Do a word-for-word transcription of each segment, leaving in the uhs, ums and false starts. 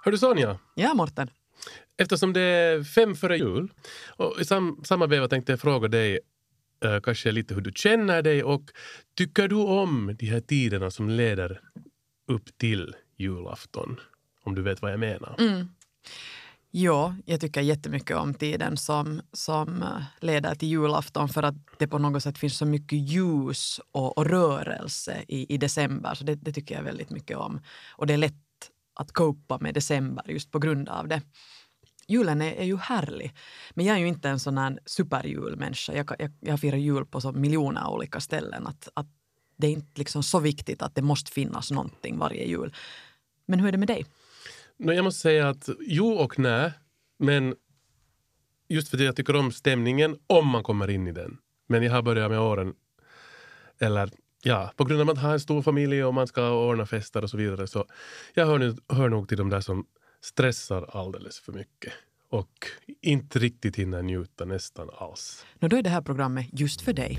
Hör du Sonja? Ja, Morten. Eftersom det är fem före jul och i sam- samma veva tänkte jag fråga dig eh, kanske lite hur du känner dig och tycker du om de här tiderna som leder upp till julafton? Om du vet vad jag menar. Mm. Ja, jag tycker jättemycket om tiden som, som leder till julafton för att det på något sätt finns så mycket ljus och, och rörelse i, i december. Så det, det tycker jag väldigt mycket om. Och det är lätt att copa med december just på grund av det. Julen är, är ju härlig, men jag är ju inte en sån här superjulmänniska. Jag, jag, jag firar jul på så miljoner olika ställen att, att det är inte liksom så viktigt att det måste finnas någonting varje jul. Men hur är det med dig? No, jag måste säga att jo och nej, men just för att jag tycker om stämningen om man kommer in i den. Men jag har börjat med åren, eller ja, på grund av att man har en stor familj och man ska ordna fester och så vidare. Så jag hör, nu, hör nog till de där som stressar alldeles för mycket och inte riktigt hinner njuta nästan alls. Nå, då är det här programmet just för dig.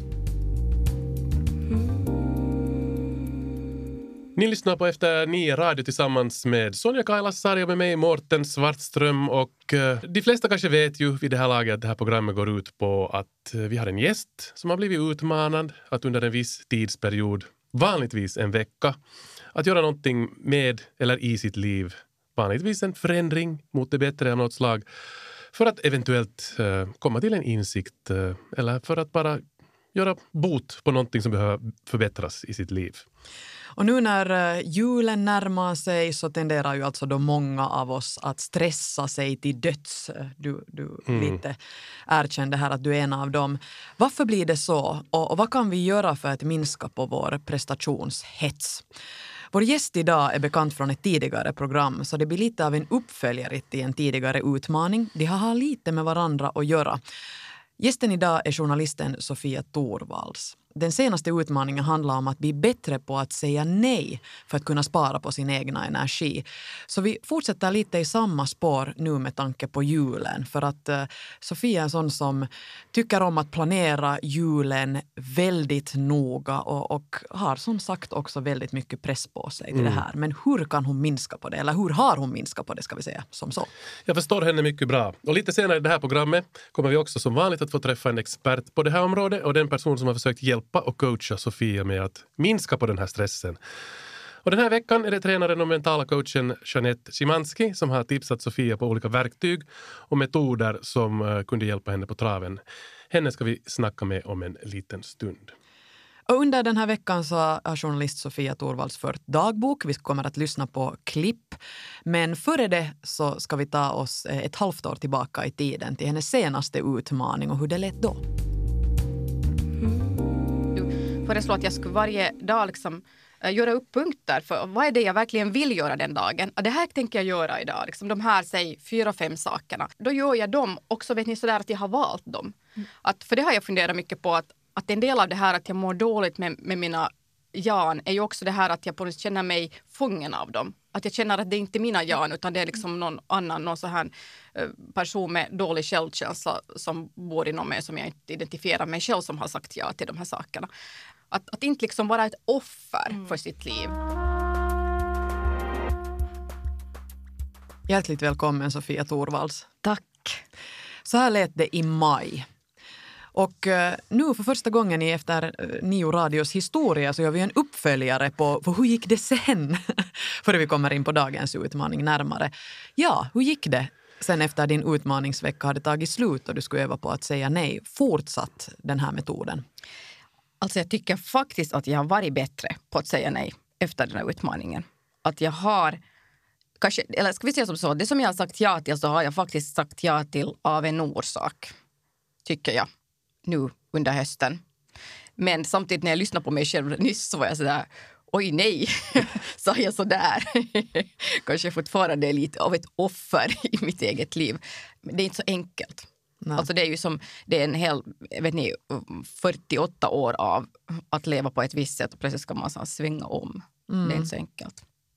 Ni lyssnar på Efter nio radio tillsammans med Sonja Kailasari och med mig Morten Svartström. Och eh, de flesta kanske vet ju vid det här laget att det här programmet går ut på att eh, vi har en gäst som har blivit utmanad att under en viss tidsperiod, vanligtvis en vecka, att göra någonting med eller i sitt liv. Vanligtvis en förändring mot det bättre av något slag för att eventuellt eh, komma till en insikt eh, eller för att bara göra bot på någonting som behöver förbättras i sitt liv. Och nu när julen närmar sig så tenderar ju alltså då många av oss att stressa sig till döds. Du, du mm. lite erkände här att du är en av dem. Varför blir det så? Och, och vad kan vi göra för att minska på vår prestationshets? Vår gäst idag är bekant från ett tidigare program så det blir lite av en uppföljare till en tidigare utmaning. De har lite med varandra att göra. Gästen idag är journalisten Sofia Torvalds. Den senaste utmaningen handlar om att bli bättre på att säga nej för att kunna spara på sin egna energi. Så vi fortsätter lite i samma spår nu med tanke på julen. För att uh, Sofia är en sån som tycker om att planera julen väldigt noga och, och har som sagt också väldigt mycket press på sig till mm. det här. Men hur kan hon minska på det? Eller hur har hon minskat på det, ska vi säga, som så? Jag förstår henne mycket bra. Och lite senare i det här programmet kommer vi också som vanligt att få träffa en expert på det här området och den person som har försökt hjälpa och coacha Sofia med att minska på den här stressen. Och den här veckan är det tränaren och mentala coachen Jeanette Szymanski som har tipsat Sofia på olika verktyg och metoder som uh, kunde hjälpa henne på traven. Henne ska vi snacka med om en liten stund. Och under den här veckan så har journalist Sofia Torvalds fört dagbok. Vi kommer att lyssna på klipp. Men före det så ska vi ta oss ett halvt år tillbaka i tiden till hennes senaste utmaning och hur det lät då. Du föreslår att jag skulle varje dag liksom, uh, göra upp punkter för vad är det jag verkligen vill göra den dagen. Och det här tänker jag göra idag. Liksom, de här, säg, fyra, fem sakerna. Då gör jag dem också, vet ni, sådär att jag har valt dem. Mm. Att, för det har jag funderat mycket på att Att en del av det här att jag mår dåligt med, med mina jan är ju också det här att jag på något känner mig fången av dem. Att jag känner att det inte är mina jan utan det är liksom någon annan, någon så här person med dålig självkänsla som bor inom mig som jag inte identifierar mig själv som har sagt ja till de här sakerna. Att, att inte liksom vara ett offer mm. för sitt liv. Hjärtligt välkommen Sofia Torvalds. Tack. Så här lät det i maj. Och uh, nu för första gången i Efter uh, nio radios historia så gör vi en uppföljare på, på hur gick det sen? Före vi kommer in på dagens utmaning närmare. Ja, hur gick det sen efter din utmaningsvecka hade tagit slut och du skulle öva på att säga nej? Fortsatt den här metoden? Alltså jag tycker faktiskt att jag har varit bättre på att säga nej efter den här utmaningen. Att jag har, kanske, eller ska vi säga som så, det som jag har sagt ja till så har jag faktiskt sagt ja till av en orsak. Tycker jag. Nu under hösten. Men samtidigt när jag lyssnade på mig själv nyss så var jag sådär, oj nej, sa jag sådär. Kanske fortfarande är lite av ett offer i mitt eget liv. Men det är inte så enkelt. Nej. Alltså det är ju som, det är en hel, vet ni, fyrtioåtta år av att leva på ett visst sätt och plötsligt ska man så svänga om. Mm. Det är inte så enkelt.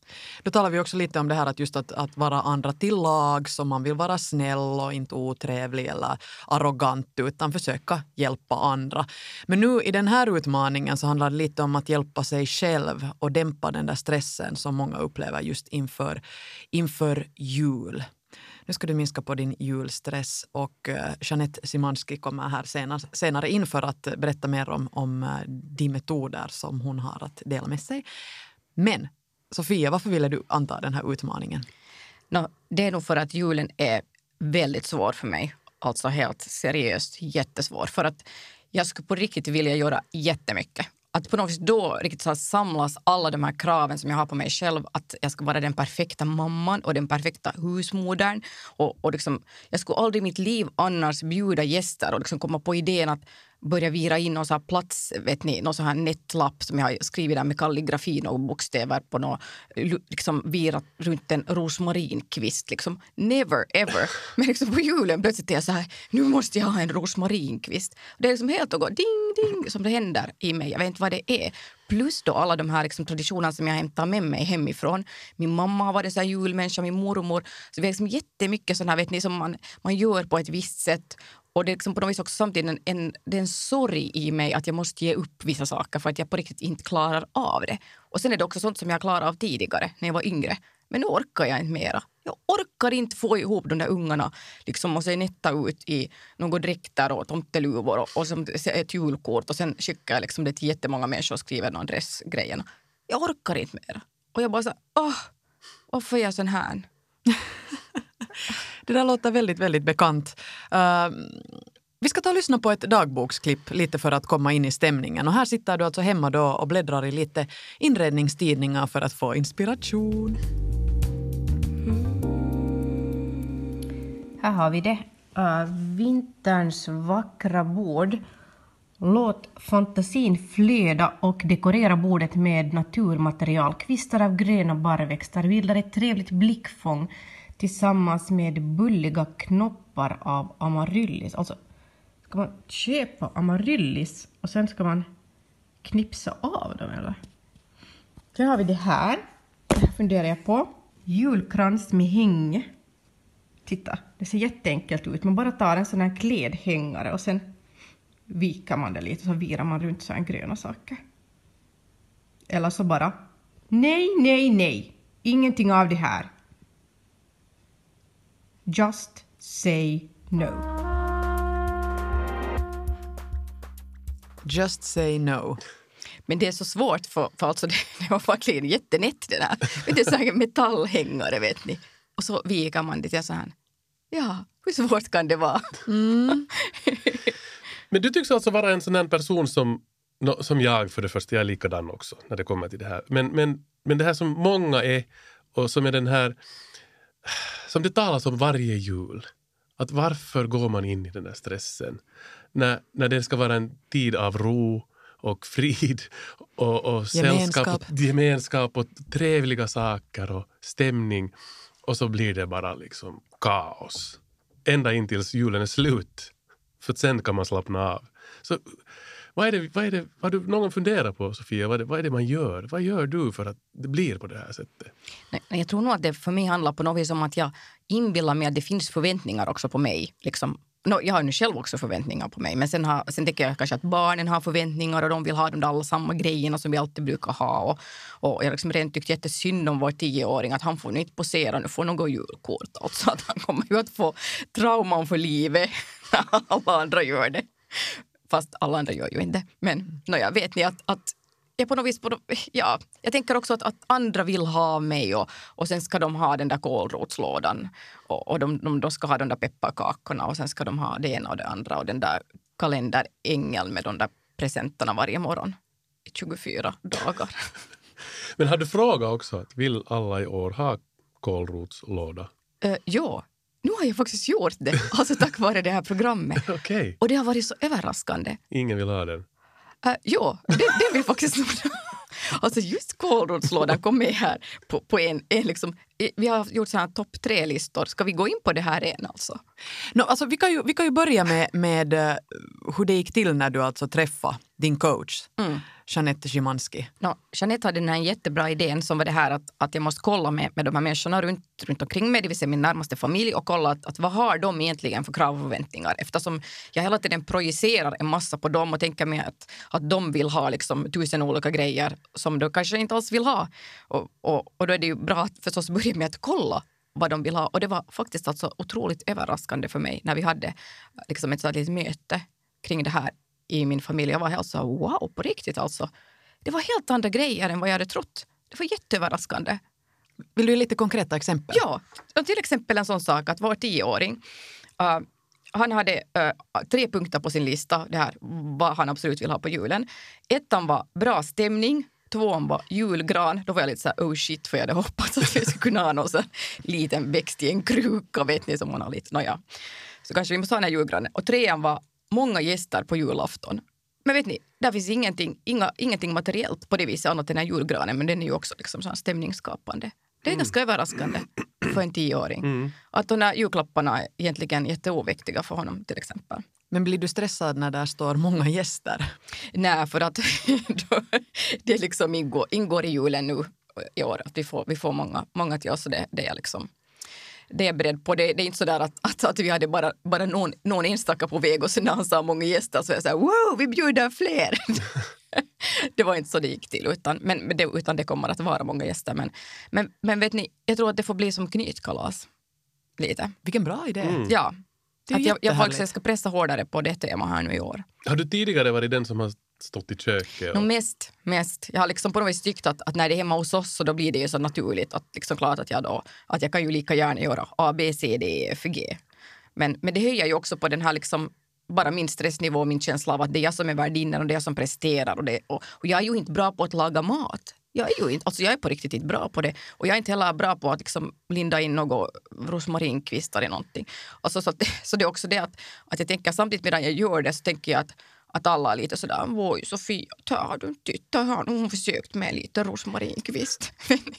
Då talar vi också lite om det här att just att, att vara andra till lag, så man vill vara snäll och inte otrevlig eller arrogant utan försöka hjälpa andra. Men nu i den här utmaningen så handlar det lite om att hjälpa sig själv och dämpa den där stressen som många upplever just inför, inför jul. Nu ska du minska på din julstress och uh, Jeanette Szymanski kommer här senare, senare in för att berätta mer om, om uh, de metoder som hon har att dela med sig. Men Sofia, varför ville du anta den här utmaningen? No, det är nog för att julen är väldigt svår för mig. Alltså helt seriöst jättesvår. För att jag skulle på riktigt vilja göra jättemycket. Att på något vis då riktigt så samlas alla de här kraven som jag har på mig själv. Att jag ska vara den perfekta mamman och den perfekta husmodern. Och, och liksom, jag skulle aldrig i mitt liv annars bjuda gäster och liksom komma på idén att börja vira in någon så här plats, vet ni, någon så här nättlapp som jag har skrivit där med kalligrafi och bokstäver på något, liksom virat runt en rosmarinkvist, liksom. Never ever. Men liksom på julen plötsligt är jag så här, nu måste jag ha en rosmarinkvist. Det är liksom helt och gå ding, ding, som det händer i mig. Jag vet inte vad det är. Plus då alla de här liksom traditionerna som jag hämtar med mig hemifrån. Min mamma har varit så här julmänniska, min mormor. Så vi har liksom jättemycket sådana här, vet ni, som man, man gör på ett visst sätt. Och det är liksom på något vis också samtidigt en, en, det är en sorg i mig att jag måste ge upp vissa saker för att jag på riktigt inte klarar av det. Och sen är det också sånt som jag klarade av tidigare när jag var yngre. Men nu orkar jag inte mera. Jag orkar inte få ihop de där ungarna liksom, och se netta ut i några dräkter och tomteluvor och, och som ett julkort och sen skickar jag liksom det till jättemånga människor och skriver någon adressgrejerna. Jag orkar inte mera. Och jag bara så åh, varför är jag sån här? Det där låter väldigt, väldigt bekant. Uh, vi ska ta och lyssna på ett dagboksklipp lite för att komma in i stämningen. Och här sitter du alltså hemma då och bläddrar i lite inredningstidningar för att få inspiration. Här har vi det. Uh, vinterns vackra bord. Låt fantasin flöda och dekorera bordet med naturmaterial. Kvistar av gröna barrväxter bildar ett trevligt blickfång tillsammans med bulliga knoppar av amaryllis. Alltså ska man köpa amaryllis och sen ska man knipsa av dem, eller? Sen har vi det här. Det här funderar jag på. Julkrans med häng. Titta, det ser jätteenkelt ut. Man bara tar en sån här klädhängare och sen vikar man det lite och så virar man runt så här gröna saker. Eller så bara, nej, nej, nej. Ingenting av det här. Just say no. Just say no. Men det är så svårt för, för alltså det, det var verkligen jättenätt det där. Det är så här metallhängare, vet ni. Och så vikar man det till så här. Ja, hur svårt kan det vara? Mm. Men du tycks alltså vara en sån här person som, no, som jag för det första, jag är likadan också när det kommer till det här. Men, men, men det här som många är och som är den här, som det talas om varje jul. Att varför går man in i den där stressen? När, när det ska vara en tid av ro och frid och, och sällskap och gemenskap och trevliga saker och stämning. Och så blir det bara liksom kaos. Ända in tills julen är slut. För sen kan man slappna av. Så vad är det, vad är det, vad du någon funderar på, Sofia? Vad är, det, vad är det man gör? Vad gör du för att det blir på det här sättet? Nej, jag tror nog att det för mig handlar på något vis om att jag inbillar mig att det finns förväntningar också på mig. Liksom, no, jag har ju själv också förväntningar på mig. Men sen, har, sen tänker jag kanske att barnen har förväntningar och de vill ha de där alla samma grejerna som vi alltid brukar ha. Och, och jag har liksom redan tyckt jättesynd om vår tioåring att han får nu inte posera, nu får något julkort. Alltså att han kommer ju att få trauman för livet när alla andra gör det. Fast alla andra gör ju inte. Men no, jag vet ni att, att jag på något vis, på något, ja, jag tänker också att, att andra vill ha mig och, och sen ska de ha den där kålrotslådan och, och de, de, de ska ha de där pepparkakorna och sen ska de ha det ena och det andra och den där kalenderängeln med de där presenterna varje morgon i tjugofyra dagar. Men har du frågat också att vill alla i år ha kålrotslåda? Uh, ja, nu har jag faktiskt gjort det. Alltså tack vare det här programmet. Okay. Och det har varit så överraskande. Ingen vill ha den? Uh, ja, det, det vill faktiskt nog. Alltså just kålrotslådan kom med här på, på en, en liksom, vi har gjort sådana topp tre-listor. Ska vi gå in på det här än alltså? No, alltså vi, kan ju, vi kan ju börja med, med uh, hur det gick till när du alltså träffade din coach. Mm. Jeanette Szymanski? No, Jeanette hade den här jättebra idén som var det här att, att jag måste kolla med, med de här människorna runt, runt omkring mig, det vill säga min närmaste familj, och kolla att, att vad har de egentligen för krav och förväntningar, eftersom jag hela tiden projicerar en massa på dem och tänker mig att, att de vill ha liksom tusen olika grejer som de kanske inte alls vill ha. Och, och, och då är det ju bra att förstås börja med att kolla vad de vill ha. Och det var faktiskt alltså otroligt överraskande för mig när vi hade liksom ett sådant litet möte kring det här i min familj. Jag var helt så, wow, på riktigt alltså. Det var helt andra grejer än vad jag hade trott. Det var jätteöverraskande. Vill du ge lite konkreta exempel? Ja, till exempel en sån sak att vår tioåring, uh, han hade uh, tre punkter på sin lista, det här vad han absolut vill ha på julen. Ettan var bra stämning. Tvåan var julgran. Då var jag lite så här, oh shit, för jag hade hoppats att vi skulle kunna ha någon så liten växt i en kruka, vet ni, som man har lite. Nåja. Så kanske vi måste ha den här julgranen. Och trean var många gäster på julafton. Men vet ni, där finns ingenting, inga, ingenting materiellt på det viset annat än den här julgranen, men den är ju också liksom så här stämningsskapande. Det är mm. ganska överraskande för en tioåring. Mm. Att de här julklapparna är egentligen jätteoviktiga för honom till exempel. Men blir du stressad när där står många gäster? Nej, för att då, det liksom ingår, ingår i julen nu i år. Att vi får, vi får många, många till oss, och det, det är jag liksom, det är jag beredd på. Det, det är inte så där att, att, att vi hade bara, bara någon, någon enstaka på väg och sen när han sa många gäster så jag sa wow, vi bjuder fler. Det var inte så det gick till, utan, men, det, utan det kommer att vara många gäster. Men, men, men vet ni, jag tror att det får bli som knytkalas lite. Vilken bra idé. Mm. Ja. Att jag, jag faktiskt ska pressa hårdare på det tema här nu i år. Har du tidigare varit den som har stått i köket? Och... No, mest, mest. Jag har liksom på något vis tyckt att, att när det är hemma hos oss så då blir det ju så naturligt att liksom klart att jag då, att jag kan ju lika gärna göra A, B, C, D, E, F, G. Men, men det höjer ju också på den här liksom bara min stressnivå och min känsla av att det är jag som är värdinnan och det är jag som presterar. Och, det, och, och jag är ju inte bra på att laga mat. Jag är ju inte, alltså jag är på riktigt inte bra på det. Och jag är inte heller bra på att liksom linda in något rosmarinkvistar i någonting. Alltså så, att, så det är också det att, att jag tänker samtidigt medan jag gör det så tänker jag att, att alla är lite sådär, oj Sofia, har du inte tittat, har hon försökt med lite rosmarinkvist?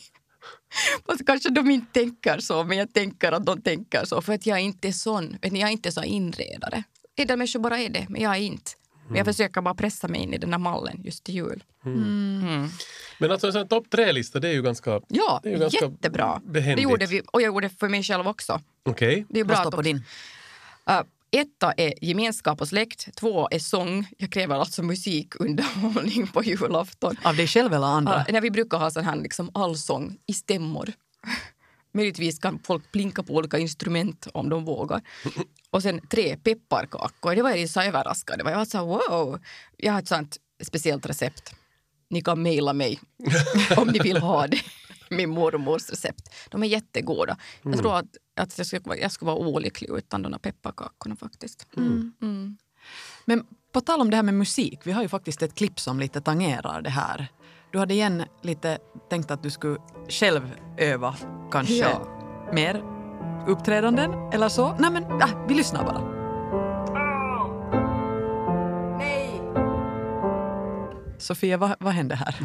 Fast kanske de inte tänker så, men jag tänker att de tänker så. För att jag är inte sån, jag är inte så inredare. Ädla människor bara är det, men jag är inte. Men jag försöker bara pressa mig in i den här mallen just till jul. Mm. Mm. Men alltså en sån här topp tre-lista, det är ju ganska Ja, det är ju ganska jättebra. behändigt. Det gjorde vi, och jag gjorde det för mig själv också. Okej. Okay. Det är bra. Vad står på din? Uh, etta är gemenskap och släkt. Två är sång. Jag kräver alltså musikunderhållning på julafton. Av dig själv eller andra? Uh, när vi brukar ha sån här liksom allsång i stämmor. Möjligtvis kan folk plinka på olika instrument om de vågar. Och sen tre pepparkakor. Det var ju så överraskande. Jag var så wow, jag har ett sånt speciellt recept. Ni kan mejla mig om ni vill ha det. Min mormors recept. De är jättegoda. Mm. Jag tror att, att jag, skulle, jag skulle vara olycklig utan de här pepparkakorna faktiskt. Mm. Mm. Men på tal om det här med musik. Vi har ju faktiskt ett klipp som lite tangerar det här. Du hade igen lite tänkt att du skulle själv öva kanske ja. mer uppträdanden eller så. Nej men, äh, vi lyssnar bara. Oh. Nej! Sofia, vad, vad hände här?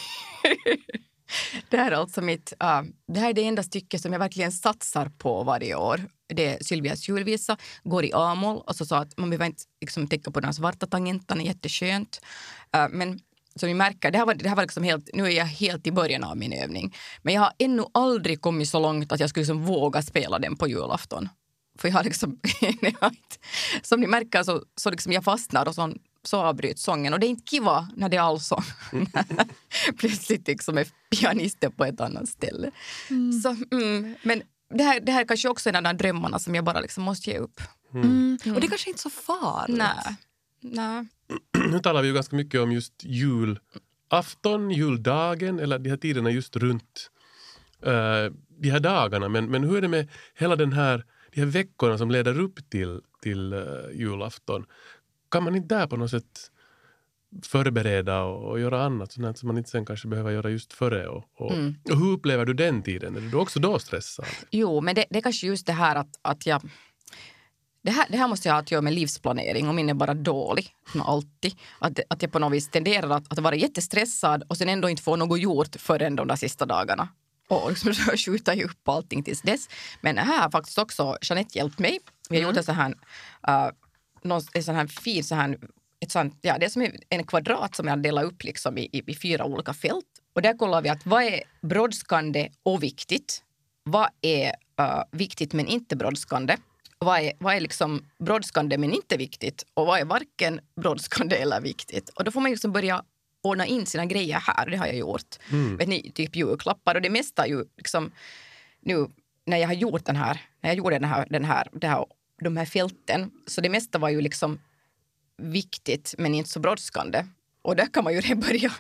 Det här är alltså mitt, uh, det här är det enda stycke som jag verkligen satsar på varje år. Det är Sylvias julvisa, går i A-moll och så sa att man behöver inte liksom tänka på den svarta tangenten, är jätteskönt. Uh, men som ni märker, det här var, det här var liksom helt, nu är jag helt i början av min övning. Men jag har ännu aldrig kommit så långt att jag skulle liksom våga spela den på julafton. För jag har liksom, som ni märker så, så liksom jag fastnar och så, så avbryts sången. Och det är inte kiva när det är allsång. Plötsligt liksom är pianisten på ett annat ställe. Mm. Så, mm, men det här, det här kanske också är en av de drömmarna som jag bara liksom måste ge upp. Mm. Mm. Och det kanske inte är så farligt. Nej, nej. Nu talar vi ju ganska mycket om just julafton, juldagen eller de här tiderna just runt uh, de här dagarna. Men, men hur är det med hela den här, de här veckorna som leder upp till, till uh, julafton? Kan man inte där på något sätt förbereda och, och göra annat sånt som man inte sen kanske behöver göra just före? Och, och, mm. och hur upplever du den tiden? Är du också då stressad? Jo, men det, det är kanske just det här att, att jag... Det här, det här måste jag ha att göra med livsplanering och min är bara dålig, som alltid. Att, att jag på något vis tenderar att, att vara jättestressad och sen ändå inte få något gjort förrän de där sista dagarna. Och liksom skjuta upp allting tills dess. Men här har faktiskt också Jeanette hjälpt mig. Vi har mm. gjort en sån här, uh, någon, en sån här fin sån här ett sånt, ja, det är som en kvadrat som jag delar upp liksom i, i, i fyra olika fält. Och där kollar vi att vad är brådskande och viktigt? Vad är uh, viktigt men inte brådskande? Vad är, vad är liksom brådskande men inte viktigt? Och vad är varken brådskande eller viktigt? Och då får man liksom börja ordna in sina grejer här. Det har jag gjort. Mm. Vet ni, typ julklappar. Och det mesta ju liksom nu när jag har gjort den här, när jag gjorde den här, den här, det här, de här fälten. Så det mesta var ju liksom viktigt men inte så brådskande. Och där kan man ju börja,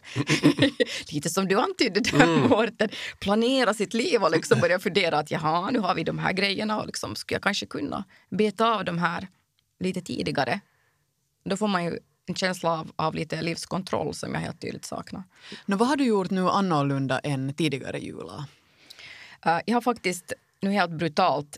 lite som du antydde där, mm. Mårten, planera sitt liv och liksom börja fundera att jaha, nu har vi de här grejerna och liksom, skulle jag kanske kunna beta av de här lite tidigare. Då får man ju en känsla av, av lite livskontroll som jag helt tydligt saknar. Nå, vad har du gjort nu annorlunda än tidigare jula? Uh, jag har faktiskt nu helt brutalt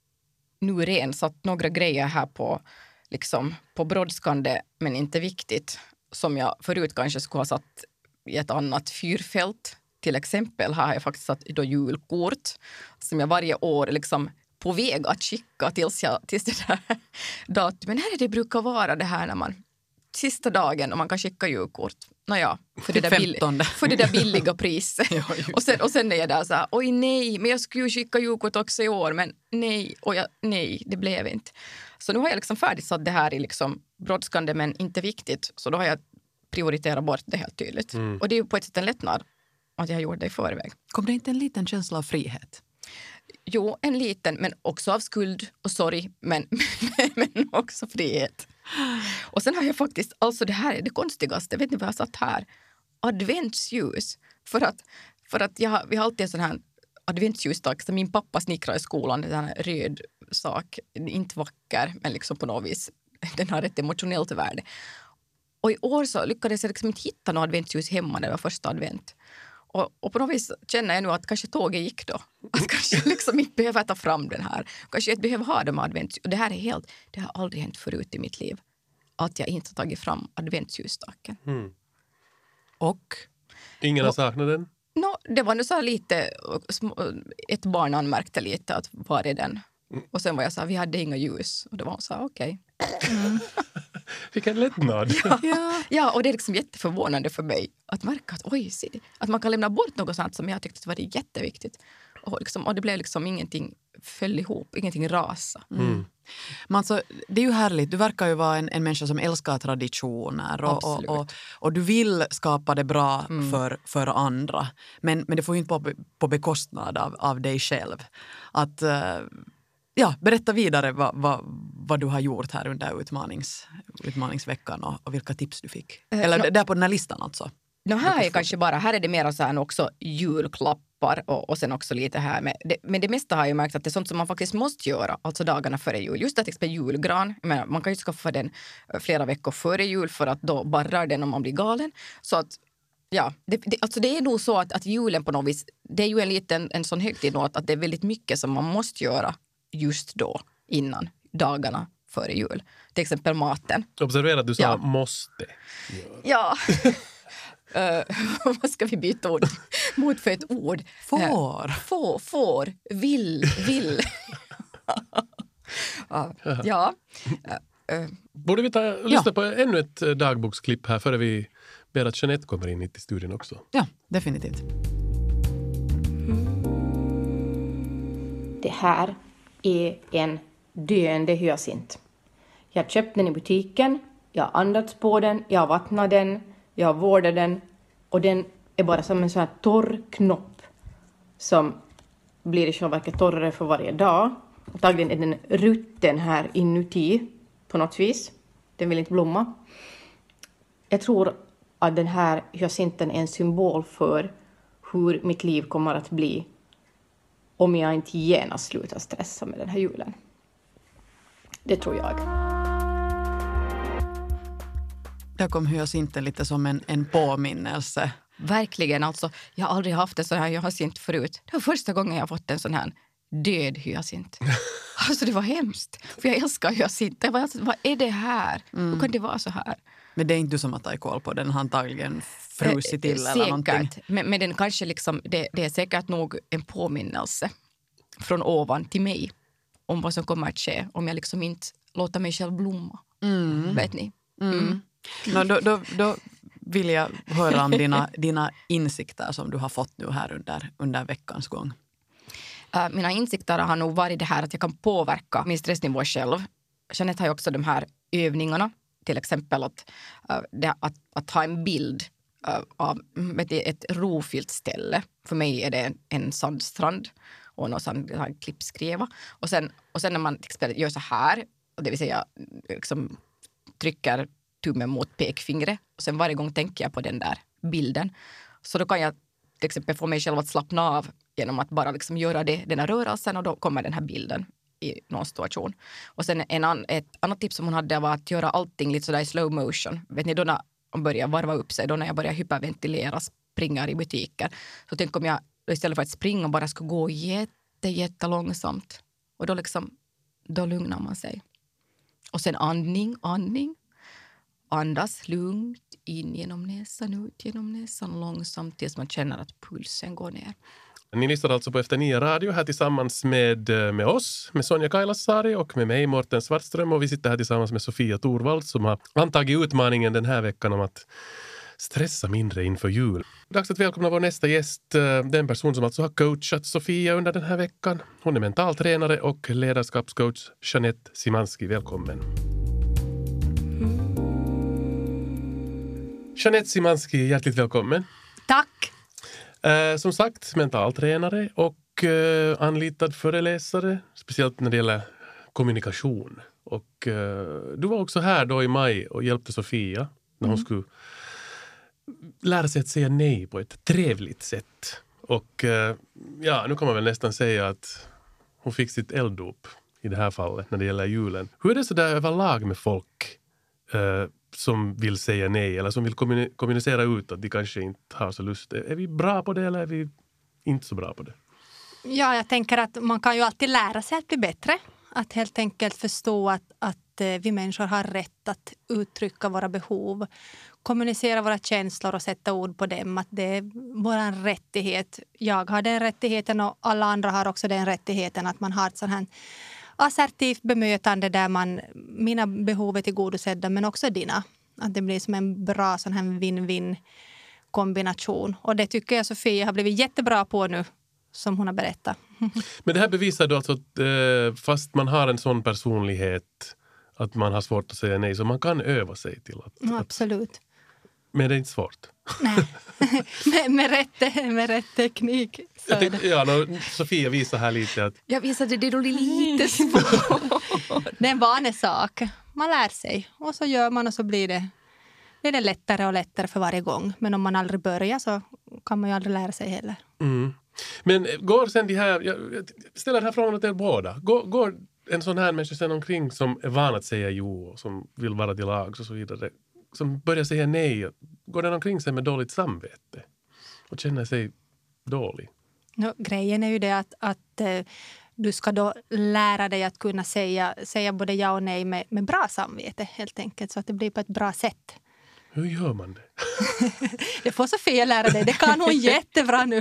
nu ren satt några grejer här på, liksom, på brådskande men inte viktigt. Som jag förut kanske skulle ha satt i ett annat fyrfält. Till exempel har jag faktiskt satt då julkort som jag varje år liksom på väg att skicka tills, jag, tills det där datumet. Men här är det brukar vara det här när man sista dagen och man kan skicka julkort. Nåja, för det där, bill, för det där billiga priset. Ja, och, sen, och sen är jag där så här, oj nej, men jag skulle ju skicka julkort också i år, men nej, och jag, nej, det blev inte. Så nu har jag liksom färdigt satt det här i liksom brådskande men inte viktigt. Så då har jag prioriterat bort det helt tydligt. Mm. Och det är ju på ett sätt en lättnad att jag har gjort det i förväg. Kom det inte en liten känsla av frihet? Jo, en liten, men också av skuld och sorg, men, men också frihet. Och sen har jag faktiskt, alltså det här är det konstigaste, vet ni vad jag har satt här? Adventsljus. För att, för att jag, vi har alltid en sån här adventsljustak som min pappa snickrar i skolan, det är en röd sak, inte vacker, men liksom på något vis, den har ett emotionellt värde. Och i år så lyckades jag liksom inte hitta något adventsljus hemma när det var första advent. Och, och på något vis känner jag nu att kanske tåget gick då. Att kanske liksom inte behöver ta fram den här. Kanske jag behöver ha de adventsljus. Och det här är helt, det har aldrig hänt förut i mitt liv. Att jag inte har tagit fram adventsljusstaken. Mm. Och? Ingen har saknat den? No, det var nu så här lite, ett barn anmärkte lite att var är den? Mm. Och sen var jag så här, vi hade inga ljus. Och då var hon så här, okej. Okay. Mm. Vilken lättnad. Ja. Ja. Ja, och det är liksom jätteförvånande för mig att märka att, oj, se det. Att man kan lämna bort något sånt som jag tyckte var jätteviktigt. Och, liksom, och det blev liksom ingenting föll ihop, ingenting rasa. Mm. Men alltså, det är ju härligt. Du verkar ju vara en, en människa som älskar traditioner och, och, och, och du vill skapa det bra mm. för, för andra. Men, men det får ju inte på, på bekostnad av, av dig själv. Att... Uh, Ja, berätta vidare vad, vad, vad du har gjort här under utmanings, utmaningsveckan och, och vilka tips du fick. Eller no, där på den här listan alltså. No, här är kanske bara, här är det mer så här också julklappar och, och sen också lite här med, det, men det mesta har jag märkt att det är sånt som man faktiskt måste göra, alltså dagarna före jul. Just att till exempel julgran, men man kan ju skaffa den flera veckor före jul för att då barrar den om man blir galen. Så att ja, det, det, alltså det är nog så att, att julen på något vis, det är ju en liten en sån högtid då att, att det är väldigt mycket som man måste göra just då, innan dagarna före jul. Till exempel maten. Observera att du sa ja. måste. Ja. Ja. uh, vad ska vi byta ord mot för ett ord? Får. Uh, får, får, vill, vill. uh, ja. Uh, uh. Borde vi ta lyssna ja. på ännu ett dagboksklipp här före vi ber att Jeanette kommer in i studion också? Ja, definitivt. Det här är en döende hyacint. Jag köpte den i butiken, jag har andats på den, jag har vattnat den, jag har vårdat den och den är bara som en sån här torr knopp som blir i själva verket torrare för varje dag. Antagligen är den rutten här inuti på något vis. Den vill inte blomma. Jag tror att den här hyacinten är en symbol för hur mitt liv kommer att bli om jag inte genast slutar stressa med den här julen. Det tror jag. Där kom hyacinten lite som en, en påminnelse. Verkligen, alltså. Jag har aldrig haft en sån här hyacint förut. Det var första gången jag har fått en sån här död hyacint. Alltså det var hemskt. För jag älskar hyacint. Jag var alltså, vad är det här? Mm. Hur kan det vara så här? Men det är inte du som har tagit koll på den. Han antagligen frusit till eh, eller någonting. Men, men den kanske liksom, det, det är säkert nog en påminnelse från ovan till mig om vad som kommer att ske om jag liksom inte låter mig själv blomma. Mm. Vet ni? Mm. Mm. No, då, då, då vill jag höra om dina, dina insikter som du har fått nu här under, under veckans gång. Uh, mina insikter har nog varit det här att jag kan påverka min stressnivå själv. Jeanette har ju också de här övningarna. Till exempel att, uh, det, att, att ha en bild uh, av vet du, ett rofyllt ställe. För mig är det en, en sandstrand och någon sån här klippskriva. Och sen, och sen när man till exempel gör så här, och det vill säga liksom trycker tummen mot pekfingret. Och sen varje gång tänker jag på den där bilden. Så då kan jag till exempel få mig själv att slappna av genom att bara liksom göra det, den här rörelsen och då kommer den här bilden i någon situation. Och sen en an, ett annat tips som hon hade var att göra allting lite sådär i slow motion. Vet ni, då när hon börjar varva upp sig, då när jag börjar hyperventilera, springa i butiker. Så tänk om jag istället för att springa bara ska gå jätte, jätte långsamt. Och då liksom, då lugnar man sig. Och sen andning, andning. Andas lugnt in genom näsan, ut genom näsan långsamt tills man känner att pulsen går ner. Ni lyssnar alltså på Efter nio radio här tillsammans med, med oss, med Sonja Kailasari och med mig, Mårten Svartström. Och vi sitter här tillsammans med Sofia Torvald som har antagit utmaningen den här veckan om att stressa mindre inför jul. Dags att välkomna vår nästa gäst, den person som alltså har coachat Sofia under den här veckan. Hon är mentaltränare och ledarskapscoach Jeanette Szymanski. Välkommen. Jeanette Szymanski, hjärtligt välkommen. Tack. Eh, som sagt, mentaltränare och eh, anlitad föreläsare, speciellt när det gäller kommunikation. Och eh, du var också här då i maj och hjälpte Sofia när hon mm. skulle lära sig att säga nej på ett trevligt sätt. Och eh, ja, nu kan man väl nästan säga att hon fick sitt elddop i det här fallet när det gäller julen. Hur är det så där överlag med folk eh, som vill säga nej eller som vill kommuni- kommunicera ut att de kanske inte har så lust? Är vi bra på det eller är vi inte så bra på det? Ja, jag tänker att man kan ju alltid lära sig att bli bättre. Att helt enkelt förstå att, att vi människor har rätt att uttrycka våra behov. Kommunicera våra känslor och sätta ord på dem. Att det är vår rättighet. Jag har den rättigheten och alla andra har också den rättigheten. Att man har ett sånt här assertivt bemötande där man, mina behov är tillgodosedda men också dina. Att det blir som en bra sån här win-win kombination. Och det tycker jag Sofia har blivit jättebra på nu som hon har berättat. Men det här bevisar då alltså att eh, fast man har en sån personlighet att man har svårt att säga nej så man kan öva sig till att... Ja, absolut. Att, men det är inte svårt. Nej, med, med, rätt, med rätt teknik. Så jag tyck, ja, no, Sofia visar här lite att... Jag visade det då lite svårt. Det är en vanesak. Man lär sig och så gör man och så blir det, blir det lättare och lättare för varje gång. Men om man aldrig börjar så kan man ju aldrig lära sig heller. Mm. Men går sen de här... Jag ställer den här frågan till er båda. Går, går en sån här människa sen omkring som är van att säga jo och som vill vara till lags och så vidare, som börjar säga nej, går den omkring sig med dåligt samvete och känner sig dålig? No, grejen är ju det att, att eh, du ska då lära dig att kunna säga, säga både ja och nej med, med bra samvete helt enkelt så att det blir på ett bra sätt. Hur gör man det? Det får Sofia lära dig. Det kan hon jättebra nu.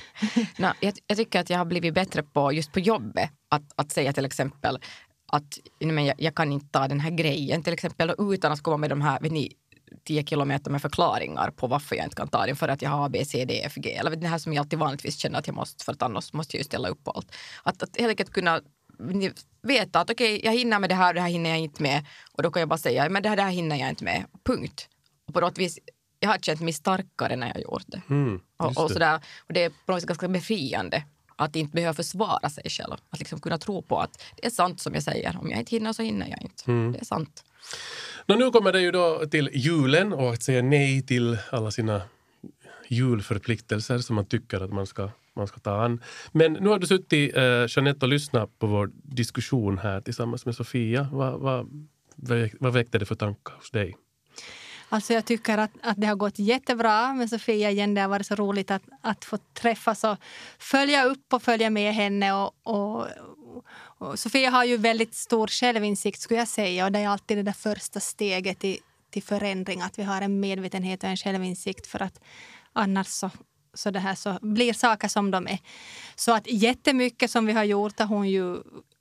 No, jag, jag tycker att jag har blivit bättre på just på jobbet att, att säga till exempel att men jag, jag kan inte ta den här grejen till exempel utan att komma med de här vet ni, tio kilometer med förklaringar på varför jag inte kan ta den för att jag har A, B, C, D, F, G. Eller det här som jag alltid vanligtvis känner att jag måste för att annars måste jag ju ställa upp på allt. Att, att helt enkelt kunna veta att okej, okay, jag hinner med det här och det här hinner jag inte med. Och då kan jag bara säga, men det här, det här hinner jag inte med. Punkt. Och på något vis, jag har känt mig starkare när jag gjort det. Mm, och, och, sådär, och det är på något vis ganska befriande att inte behöva försvara sig själv. Att liksom kunna tro på att det är sant som jag säger. Om jag inte hinner så hinner jag inte. Mm. Det är sant. Nå, nu kommer det ju då till julen och att säga nej till alla sina julförpliktelser som man tycker att man ska, man ska ta an. Men nu har du suttit, eh, Jeanette, och lyssnat på vår diskussion här tillsammans med Sofia. Vad, vad, vad väckte det för tankar hos dig? Alltså jag tycker att, att det har gått jättebra med Sofia igen. Det har varit så roligt att, att få träffas och följa upp och följa med henne. Och, och, och Sofia har ju väldigt stor självinsikt skulle jag säga. Och det är alltid det där första steget till, till förändring. Att vi har en medvetenhet och en självinsikt för att annars så, så, det här så blir saker som de är. Så att jättemycket som vi har gjort har hon ju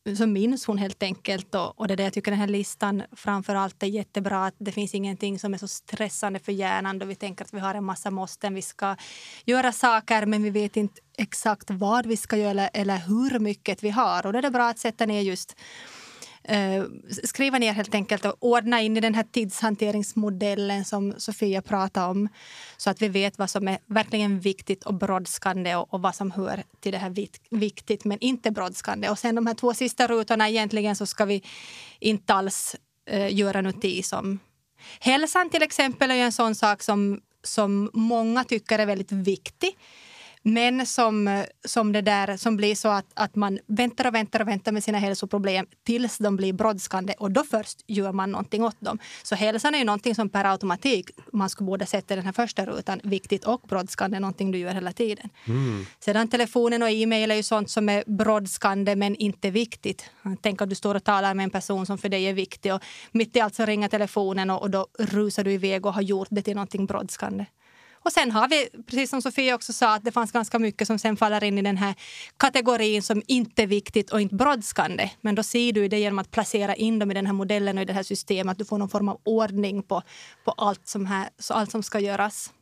så minns hon helt enkelt. Och, och det är det jag tycker den här listan framförallt är jättebra. Att det finns ingenting som är så stressande för hjärnan då vi tänker att vi har en massa måsten. Vi ska göra saker men vi vet inte exakt vad vi ska göra eller, eller hur mycket vi har. Och då är det bra att sätta ner just Uh, skriva ner helt enkelt och ordna in i den här tidshanteringsmodellen som Sofia pratade om så att vi vet vad som är verkligen viktigt och brådskande och, och vad som hör till det här vik- viktigt men inte brådskande. Och sen de här två sista rutorna egentligen så ska vi inte alls uh, göra notis om. Hälsan till exempel är ju en sån sak som, som många tycker är väldigt viktig. Men som, som det där som blir så att, att man väntar och väntar och väntar med sina hälsoproblem tills de blir brådskande och då först gör man någonting åt dem. Så hälsan är ju någonting som per automatik man skulle borde sätta den här första rutan. Viktigt och brådskande är någonting du gör hela tiden. Mm. Sedan telefonen och e-mail är ju sånt som är brådskande men inte viktigt. Tänk att du står och talar med en person som för dig är viktig och mitt i allt så ringer telefonen och, och då rusar du iväg och har gjort det till någonting brådskande. Och sen har vi, precis som Sofia också sa, att det fanns ganska mycket som sen faller in i den här kategorin som inte är viktigt och inte brådskande. Men då ser du det genom att placera in dem i den här modellen och i det här systemet. Att du får någon form av ordning på, på allt, som här, så allt som ska göras.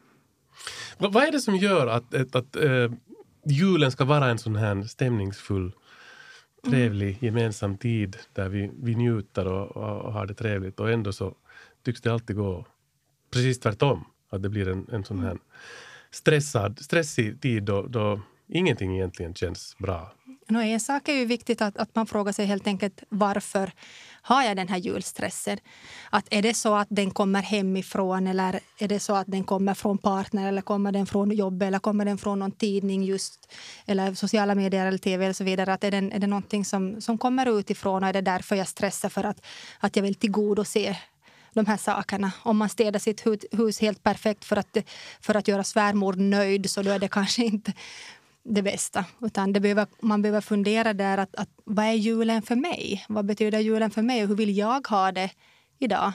Vad är det som gör att, att, att äh, julen ska vara en sån här stämningsfull, trevlig, mm. gemensam tid där vi, vi njuter och, och har det trevligt och ändå så tycks det alltid gå precis tvärtom? Att det blir en, en sån här stressad, stressig tid då, då ingenting egentligen känns bra. No, en sak är ju viktigt att, att man frågar sig helt enkelt varför har jag den här julstressen? Att är det så att den kommer hemifrån eller är det så att den kommer från partner eller kommer den från jobb eller kommer den från någon tidning just eller sociala medier eller tv eller så vidare. Att är, den, är det någonting som, som kommer utifrån och är det därför jag stressar för att, att jag vill tillgodose de här sakerna. Om man städar sitt hus helt perfekt för att, för att göra svärmor nöjd så då är det kanske inte det bästa. Utan det behöver, man behöver fundera där att, att vad är julen för mig? Vad betyder julen för mig och hur vill jag ha det idag?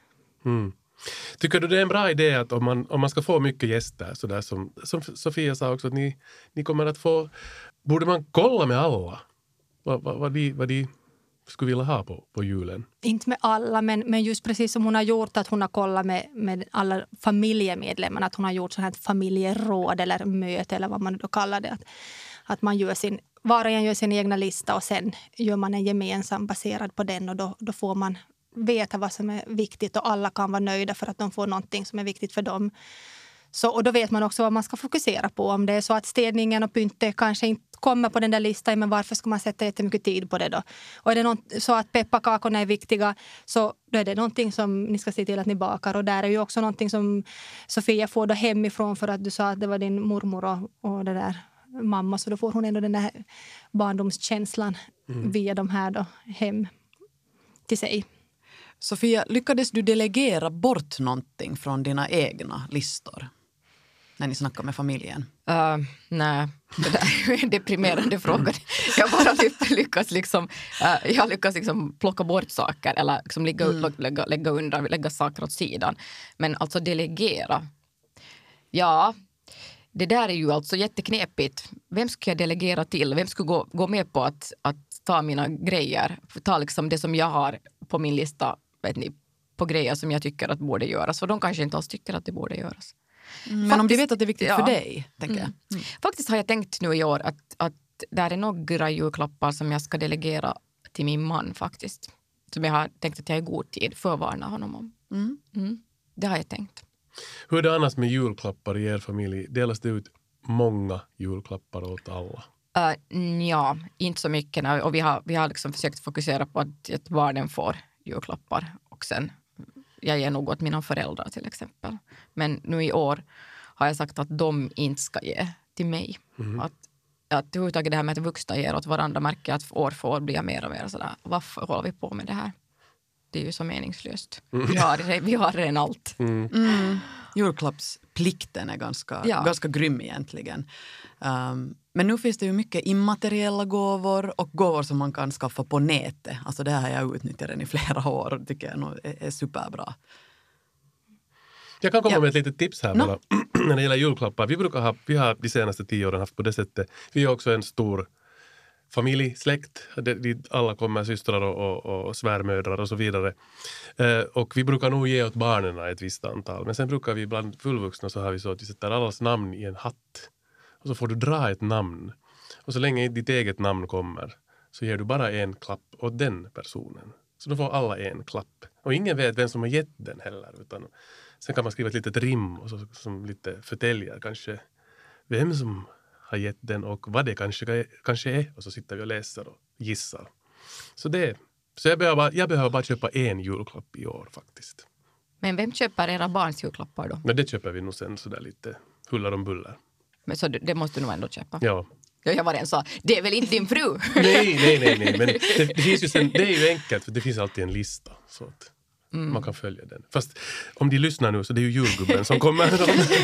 Mm. Tycker du det är en bra idé att om man, om man ska få mycket gäster så där som, som Sofia sa också att ni, ni kommer att få, borde man kolla med alla vad, vad, vad, de, vad de skulle vilja ha på, på julen? Inte med alla, men, men just precis som hon har gjort att hon har kollat med, med alla familjemedlemmar, att hon har gjort sån här familjeråd eller möte eller vad man då kallar det. Att, att man gör sin, var och en gör sin egna lista och sen gör man en gemensam baserad på den och då, då får man veta vad som är viktigt och alla kan vara nöjda för att de får någonting som är viktigt för dem. Så, och då vet man också vad man ska fokusera på. Om det är så att städningen och pynte kanske inte kommer på den där listan, men varför ska man sätta jättemycket tid på det då? Och är det något, så att pepparkakorna är viktiga så då är det någonting som ni ska se till att ni bakar. Och där är ju också någonting som Sofia får då hemifrån för att du sa att det var din mormor och, och det där mamma. Så då får hon ändå den där barndomskänslan mm. via de här då hem till sig. Sofia, lyckades du delegera bort någonting från dina egna listor när ni snackar med familjen? Uh, nej, det där är en deprimerande fråga. Jag har bara lyckats liksom, uh, jag lyckas liksom plocka bort saker eller liksom lägga, mm. lägga, lägga undan, lägga saker åt sidan. Men alltså delegera, ja, det där är ju alltså jätteknepigt. Vem ska jag delegera till? Vem ska gå, gå med på att, att ta mina grejer? Ta liksom det som jag har på min lista, vet ni, på grejer som jag tycker att borde göras. För de kanske inte alls tycker att det borde göras. Mm, men Faktiskt, om de vet att det är viktigt ja. för dig, tänker mm. jag. Mm. Faktiskt har jag tänkt nu i år att, att där är några julklappar som jag ska delegera till min man faktiskt. Som jag har tänkt att jag i god tid förvarnar honom om. Mm. Mm. Det har jag tänkt. Hur är det annars med julklappar i er familj? Delas det ut många julklappar åt alla? Uh, ja, inte så mycket. Och vi har, vi har liksom försökt fokusera på att, att barnen får julklappar. Och sen, jag ger nog åt mina föräldrar till exempel. Men nu i år har jag sagt att de inte ska ge till mig. Mm. Att, att överhuvudtaget det här med att vuxna ger åt varandra märker att år för år blir jag mer och mer sådär. Varför håller vi på med det här? Det är ju så meningslöst. Mm. Vi har, vi har redan allt. Mm. Mm. Julklappsplikten är ganska, ja. ganska grym egentligen. Um, men nu finns det ju mycket immateriella gåvor och gåvor som man kan skaffa på nätet. Alltså det har jag utnyttjat den i flera år och tycker jag nog är, är superbra. Jag kan komma ja. med ett litet tips här no. när det gäller julklappar. Vi brukar ha, vi har de senaste tio åren haft på det sättet. Vi är också en stor familj, släkt, dit alla kommer, systrar och, och, och svärmödrar och så vidare. Eh, och vi brukar nog ge åt barnen ett visst antal. Men sen brukar vi bland fullvuxna så har vi så att vi sätter allas namn i en hatt. Och så får du dra ett namn. Och så länge ditt eget namn kommer så ger du bara en klapp åt den personen. Så då får alla en klapp. Och ingen vet vem som har gett den heller. Utan sen kan man skriva ett litet rim och så, som lite förtäljer kanske vem som har gett den och vad det kanske, kanske är. Och så sitter vi och läser och gissar. Så, det, så jag, behöver bara, jag behöver bara köpa en julklapp i år faktiskt. Men vem köper era barns julklappar då? Men det köper vi nog sen sådär lite hullar om bullar. Men så det måste du nog ändå köpa. Ja. Jag var en sa, det är väl inte din fru? nej, nej, nej, nej. Men det, det, finns ju sen, det är ju enkelt för det finns alltid en lista. Så att mm. man kan följa den. Fast om de lyssnar nu så det är ju julgubben som kommer.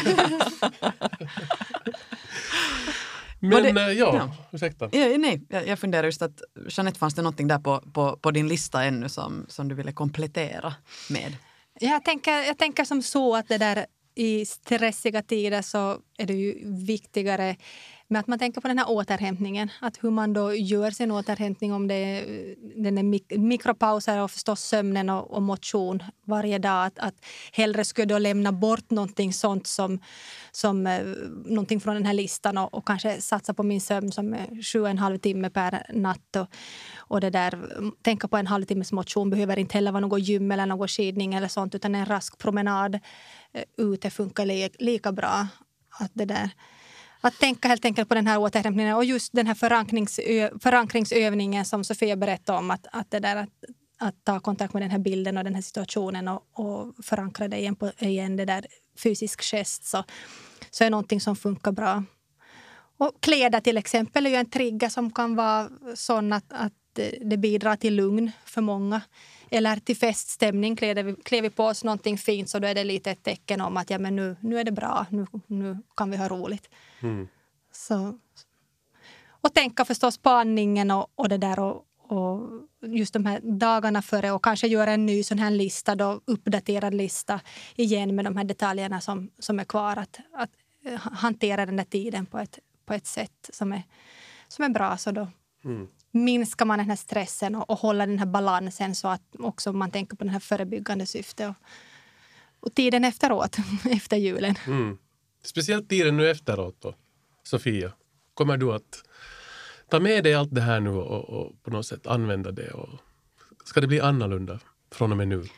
Men det, ja, ja, ursäkta. Ja, nej, jag, jag funderar just att Jeanette, fanns det någonting där på, på, på din lista ännu som, som du ville komplettera med? Jag tänker, jag tänker som så att det där i stressiga tider så är det ju viktigare med att man tänker på den här återhämtningen. Att hur man då gör sin återhämtning, om det är den är mik- mikropauser och förstås sömnen och, och motion varje dag. Att, att hellre skulle då lämna bort någonting sånt som, som eh, någonting från den här listan och, och kanske satsa på min sömn som är sju och en halv timme per natt. Och, och det där, tänka på en halvtimmes motion behöver inte heller vara någon gym eller någon skidning eller sånt, utan en rask promenad eh, ute funkar li, lika bra. Att det där... Att tänka helt enkelt på den här återhämtningen och just den här förankringsö, förankringsövningen som Sofia berättade om. Att, att, det där, att, att ta kontakt med den här bilden och den här situationen och, och förankra det igen, på, igen det där fysisk gest. Så, så är någonting som funkar bra. Och kläder till exempel är ju en trigger som kan vara sån att, att det bidrar till lugn för många. Eller till feststämning, klär vi, klär vi på oss någonting fint så då är det lite ett tecken om att ja, men nu, nu är det bra, nu, nu kan vi ha roligt. Mm. Så, och tänka förstås på andningen och, och det där och, och just de här dagarna före och kanske göra en ny sån här lista då, uppdaterad lista igen med de här detaljerna som, som är kvar. Att, att hantera den där tiden på ett, på ett sätt som är, som är bra så då. Mm. Minskar man den här stressen och, och håller den här balansen så att också man tänker på den här förebyggande syftet och, och tiden efteråt, efter julen. Mm. Speciellt tiden nu efteråt då, Sofia. Kommer du att ta med dig allt det här nu och, och på något sätt använda det? Och ska det bli annorlunda från och med nu?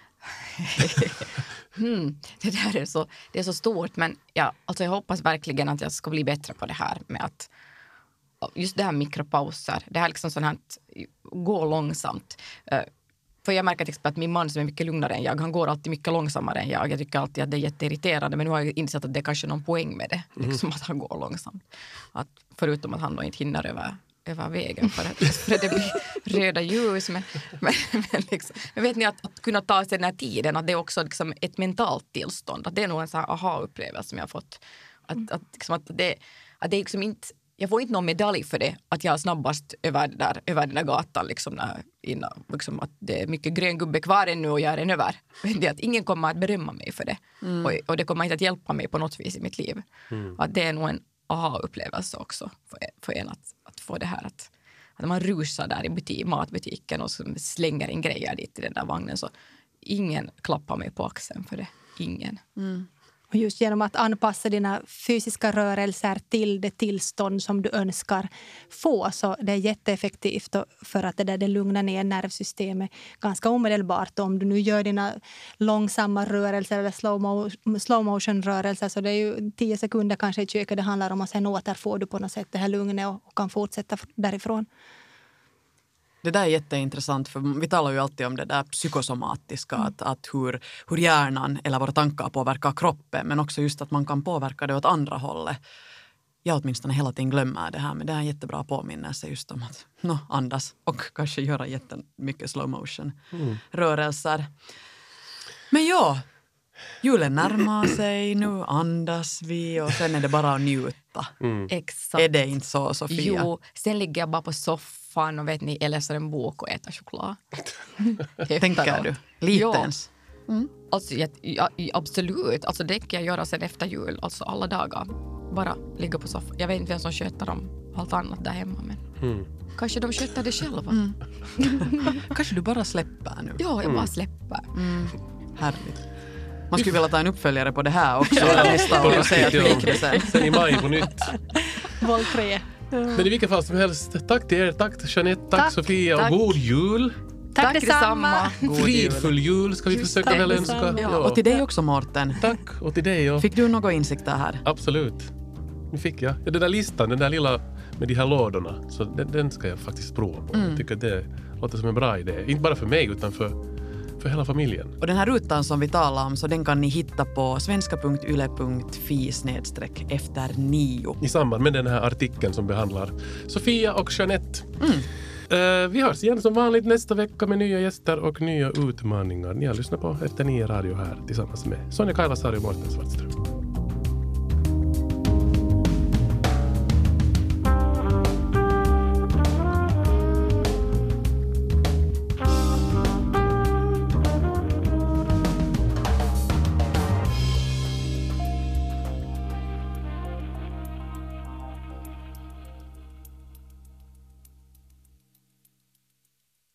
mm, det där är så, det är så stort, men ja, alltså jag hoppas verkligen att jag ska bli bättre på det här med att just det här mikropauser, det här liksom sånt här gå långsamt. Uh, för jag märker till exempel att min man som är mycket lugnare än jag, han går alltid mycket långsammare än jag. Jag tycker alltid att det är jätteirriterande, men nu har jag insett att det är kanske någon poäng med det. Mm. Liksom att han går långsamt. Att, förutom att han då inte hinner över, över vägen för att, för att det blir röda ljus. Men, men, men, liksom, men vet ni att, att kunna ta sig den här tiden, att det är också liksom ett mentalt tillstånd. Att det är nog en sån här aha-upplevelse som jag har fått. Att, att, liksom, att, det, att det är liksom inte... Jag får inte någon medalj för det, att jag snabbast över, där, över den där gatan, liksom, när, innan, liksom, att det är mycket grön gubbe kvar ännu och jag är den över. Det att ingen kommer att berömma mig för det. Mm. Och, och det kommer inte att hjälpa mig på något vis i mitt liv. Mm. Att det är nog en aha-upplevelse också för, för en att, att få det här. Att, att man rusar där i butik, matbutiken och slänger in grejer dit i den där vagnen. Så ingen klappar mig på axeln för det. Ingen. Mm. Och just genom att anpassa dina fysiska rörelser till det tillstånd som du önskar få, så det är jätteeffektivt för att det där det lugnar ner nervsystemet ganska omedelbart. Om du nu gör dina långsamma rörelser eller slow, mo- slow motion rörelser, så det är ju tio sekunder kanske i köket det handlar om, och sen återfår du på något sätt det här lugnet och, och kan fortsätta därifrån. Det där är jätteintressant, för vi talar ju alltid om det där psykosomatiska, mm. att, att hur, hur hjärnan eller våra tankar påverkar kroppen, men också just att man kan påverka det åt andra hållet. Jag åtminstone hela tiden glömmer det här, men det är en jättebra påminnelse just om att no, andas och kanske göra jättemycket slow motion mm. rörelser. Men ja, julen närmar sig, nu andas vi och sen är det bara att njuta. Mm. Exakt. Är det inte så, Sofia? Jo, sen ligger jag bara på soffan och vet ni, jag läser en bok och äter choklad. Tänker du? Lite ja. ens? Mm. Alltså, jag, ja, absolut. Alltså, det kan jag göra sen efter jul. Alltså alla dagar. Bara ligga på soffan. Jag vet inte vem som sköter om allt annat där hemma. Men Mm. Kanske de sköter det själva. Mm. Kanske du bara släpper nu. Ja, jag bara släpper. Mm. Härligt. Man skulle vilja ta en uppföljare på det här också nästa år och säga att vi gick det sen. Sen i maj på nytt. Boll tre. Men i vilket fall som helst, tack till er, tack Jeanette, tack, tack Sofia och tack. god jul. Tack, Tack detsamma. detsamma. God jul. Fridfull jul ska vi Just försöka det, väl detsamma. önska. Ja, och till dig också, Mårten. Tack, och till dig. Och... Fick du några insikter här? Absolut. Nu fick jag. Ja, den där listan, den där lilla med de här lådorna, så den, den ska jag faktiskt prova på. Mm. Jag tycker att det låter som en bra idé. Inte bara för mig, utan för, för hela familjen. Och den här rutan som vi talar om, så den kan ni hitta på svenska punkt yle punkt fi snedstreck efter nio. I samband med den här artikeln som behandlar Sofia och Jeanette. Mm. Uh, vi hörs igen som vanligt nästa vecka med nya gäster och nya utmaningar. Ni har lyssnat på Efter nio radio här tillsammans med Sonja Kailasari och Mårten Svartström.